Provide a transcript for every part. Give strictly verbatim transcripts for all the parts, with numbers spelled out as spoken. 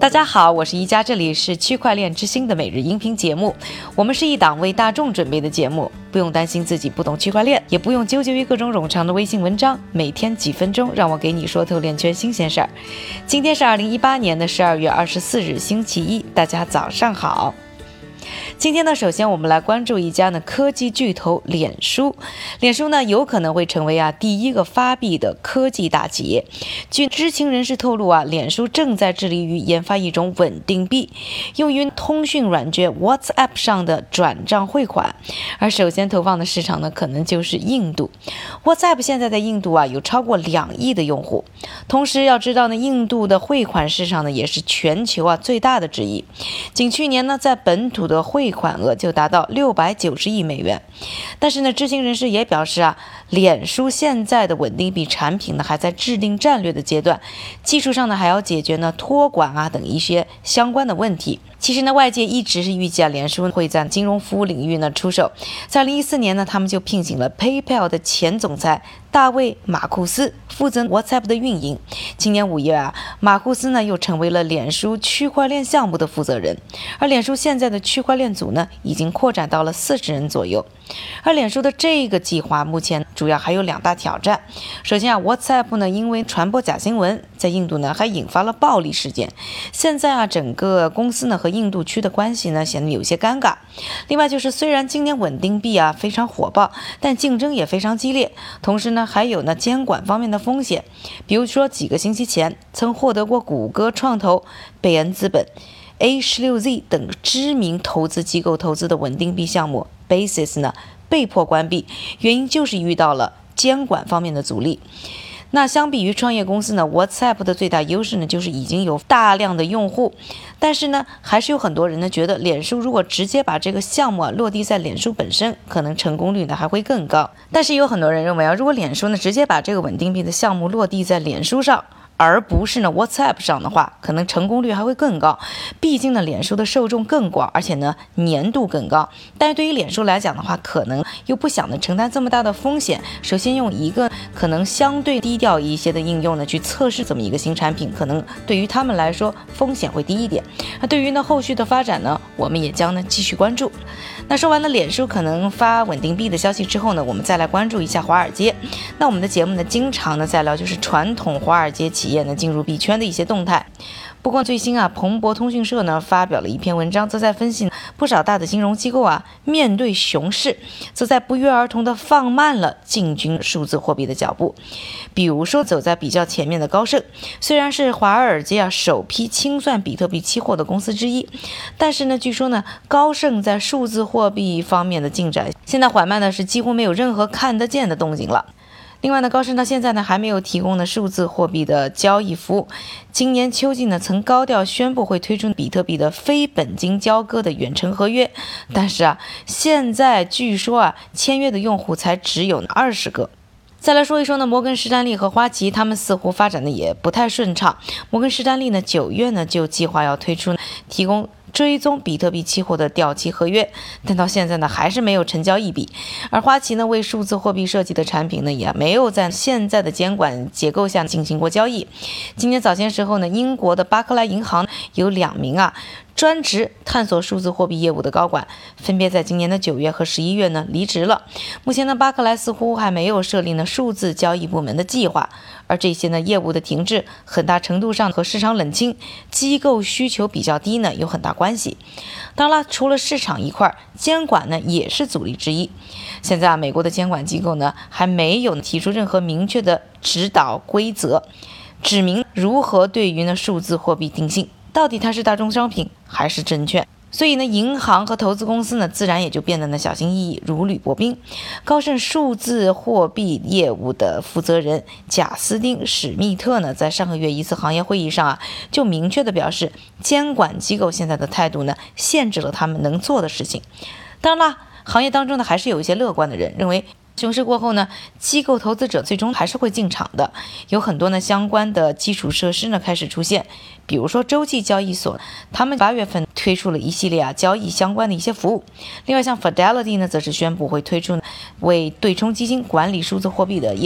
大家好，我是宜家，这里是区块链之星的每日音频节目。我们是一档为大众准备的节目，不用担心自己不懂区块链，也不用纠结于各种冗长的微信文章，每天几分钟，让我给你说透链圈新鲜事儿。今天是二零一八年的十二月二十四日，星期一，大家早上好。今天呢，首先我们来关注一家呢科技巨头脸书。脸书呢有可能会成为啊第一个发币的科技大企业。据知情人士透露啊，脸书正在致力于研发一种稳定币，用于通讯软件 WhatsApp 上的转账汇款。而首先投放的市场呢，可能就是印度。WhatsApp 现在在印度啊有超过两亿的用户。同时要知道呢，印度的汇款市场呢也是全球啊最大的之一。仅去年呢，在本土的汇款额就达到六百九十亿美元。但是呢，知情人士也表示啊，脸书现在的稳定币产品呢还在制定战略的阶段，技术上呢还要解决呢托管啊等一些相关的问题。其实呢，外界一直是预计啊，脸书会在金融服务领域呢出手。在二零一四年呢，他们就聘请了 PayPal 的前总裁大卫马库斯负责 WhatsApp 的运营。今年五月啊，马库斯呢又成为了脸书区块链项目的负责人。而脸书现在的区块链组呢，已经扩展到了四十人左右。而脸书的这个计划目前主要还有两大挑战。首先啊 ，WhatsApp 呢因为传播假新闻，在印度呢还引发了暴力事件。现在啊，整个公司呢和印度区的关系呢显得有些尴尬。另外就是，虽然今年稳定币啊非常火爆，但竞争也非常激烈。同时呢，还有呢监管方面的风险。比如说几个星期前，曾获得过谷歌创投、贝恩资本、A 十六 Z 等知名投资机构投资的稳定币项目 Basis 呢被迫关闭，原因就是遇到了监管方面的阻力。那相比于创业公司呢 ，WhatsApp 的最大优势呢，就是已经有大量的用户。但是呢，还是有很多人呢觉得，脸书如果直接把这个项目啊落地在脸书本身，可能成功率呢还会更高。但是有很多人认为啊，如果脸书呢直接把这个稳定币的项目落地在脸书上，而不是呢 WhatsApp 上的话，可能成功率还会更高。毕竟呢，脸书的受众更广，而且呢粘度更高。但是对于脸书来讲的话，可能又不想呢承担这么大的风险。首先用一个可能相对低调一些的应用呢去测试这么一个新产品，可能对于他们来说风险会低一点。那对于呢后续的发展呢，我们也将呢继续关注。那说完了脸书可能发稳定币的消息之后呢，我们再来关注一下华尔街。那我们的节目呢，经常呢在聊就是传统华尔街企业呢进入币圈的一些动态。不过最新啊，彭博通讯社呢发表了一篇文章，则在分析不少大的金融机构啊，面对熊市，则在不约而同的放慢了进军数字货币的脚步。比如说走在比较前面的高盛，虽然是华尔街啊首批清算比特币期货的公司之一，但是呢，据说呢，高盛在数字货币方面的进展现在缓慢的是几乎没有任何看得见的动静了。另外呢，高盛到现在呢还没有提供呢数字货币的交易服务。今年秋季呢曾高调宣布会推出比特币的非本金交割的远程合约，但是啊，现在据说啊签约的用户才只有二十个。再来说一说呢，摩根士丹利和花旗，他们似乎发展的也不太顺畅。摩根士丹利呢，九月呢就计划要推出提供追踪比特币期货的掉期合约，但到现在呢还是没有成交一笔。而花旗呢为数字货币设计的产品呢，也没有在现在的监管结构下进行过交易。今年早些时候呢，英国的巴克莱银行有两名啊专职探索数字货币业务的高管，分别在今年的九月和十一月呢离职了。目前呢，巴克莱似乎还没有设立呢数字交易部门的计划，而这些呢业务的停滞，很大程度上和市场冷清、机构需求比较低呢有很大关系。当然了，除了市场一块，监管呢也是阻力之一。现在啊，美国的监管机构呢还没有提出任何明确的指导规则，指明如何对于呢数字货币定性。到底它是大宗商品还是证券？所以呢，银行和投资公司呢，自然也就变得呢小心翼翼，如履薄冰。高盛数字货币业务的负责人贾斯汀·史密特呢，在上个月一次行业会议上啊，就明确的表示，监管机构现在的态度呢，限制了他们能做的事情。当然啦，行业当中呢，还是有一些乐观的人认为，熊市过后呢，机构投资者最终还是会进场的，有很多呢相关的基础设施呢开始出现，比如说洲际交易所，他们八月份推出了一系列啊交易相关的一些服务。另外像 Fidelity 呢，则是宣布会推出为对冲基金管理数字货币的业务。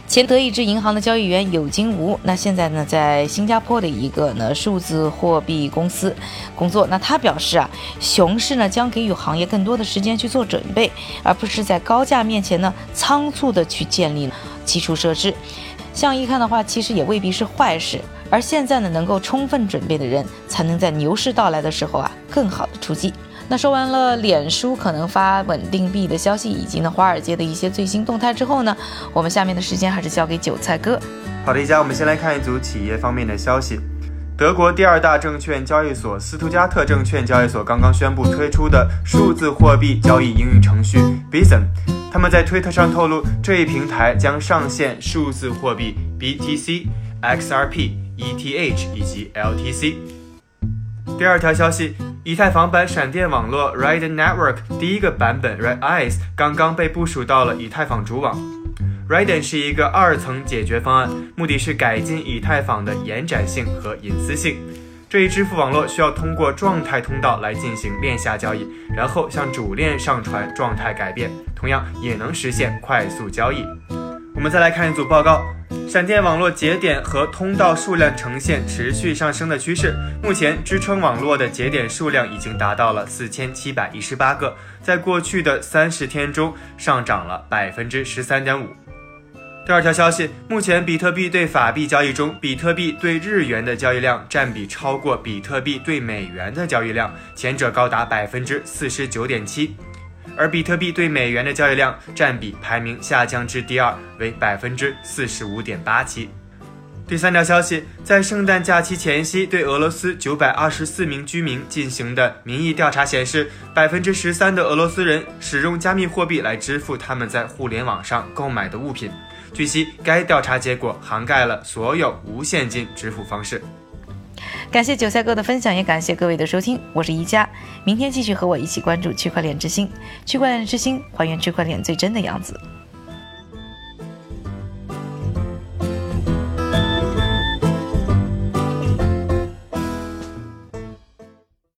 前德意志银行的交易员有金吴，那现在呢在新加坡的一个呢数字货币公司工作。那他表示啊，熊市呢将给予行业更多的时间去做准备，而不是在高价面前呢仓促的去建立基础设施。这样一看的话，其实也未必是坏事。而现在呢，能够充分准备的人，才能在牛市到来的时候啊，更好的出击。那说完了脸书可能发稳定币的消息，以及呢华尔街的一些最新动态之后呢，我们下面的时间还是交给韭菜哥。 好的，一家我们先来看一组企业方面的消息。德国第二大证券交易所斯图加特证券交易所刚刚宣布推出的数字货币交易应用程序 Bison， 他们在推特上透露，这一平台将上线数字货币 B T C、X R P、E T H 以及 L T C。 第二条消息，以太坊版闪电网络 Raiden Network 第一个版本 Red Eyes 刚刚被部署到了以太坊主网。Raiden 是一个二层解决方案，目的是改进以太坊的延展性和隐私性。这一支付网络需要通过状态通道来进行链下交易，然后向主链上传状态改变，同样也能实现快速交易。我们再来看一组报告，闪电网络节点和通道数量呈现持续上升的趋势，目前支撑网络的节点数量已经达到了四千七百一十八个，在过去的三十天中上涨了 百分之十三点五。第二条消息，目前比特币对法币交易中，比特币对日元的交易量占比超过比特币对美元的交易量，前者高达 百分之四十九点七， 而比特币对美元的交易量占比排名下降至第二，为 百分之四十五点八七。第三条消息，在圣诞假期前夕对俄罗斯九百二十四名居民进行的民意调查显示， 百分之十三 的俄罗斯人使用加密货币来支付他们在互联网上购买的物品。据悉，该调查结果涵盖了所有无现金支付方式。 感谢韭菜哥的分享，也感谢各位的收听，我是宜家，明天继续和我一起关注区块链之星，区块链之星还原区块链最真的样子。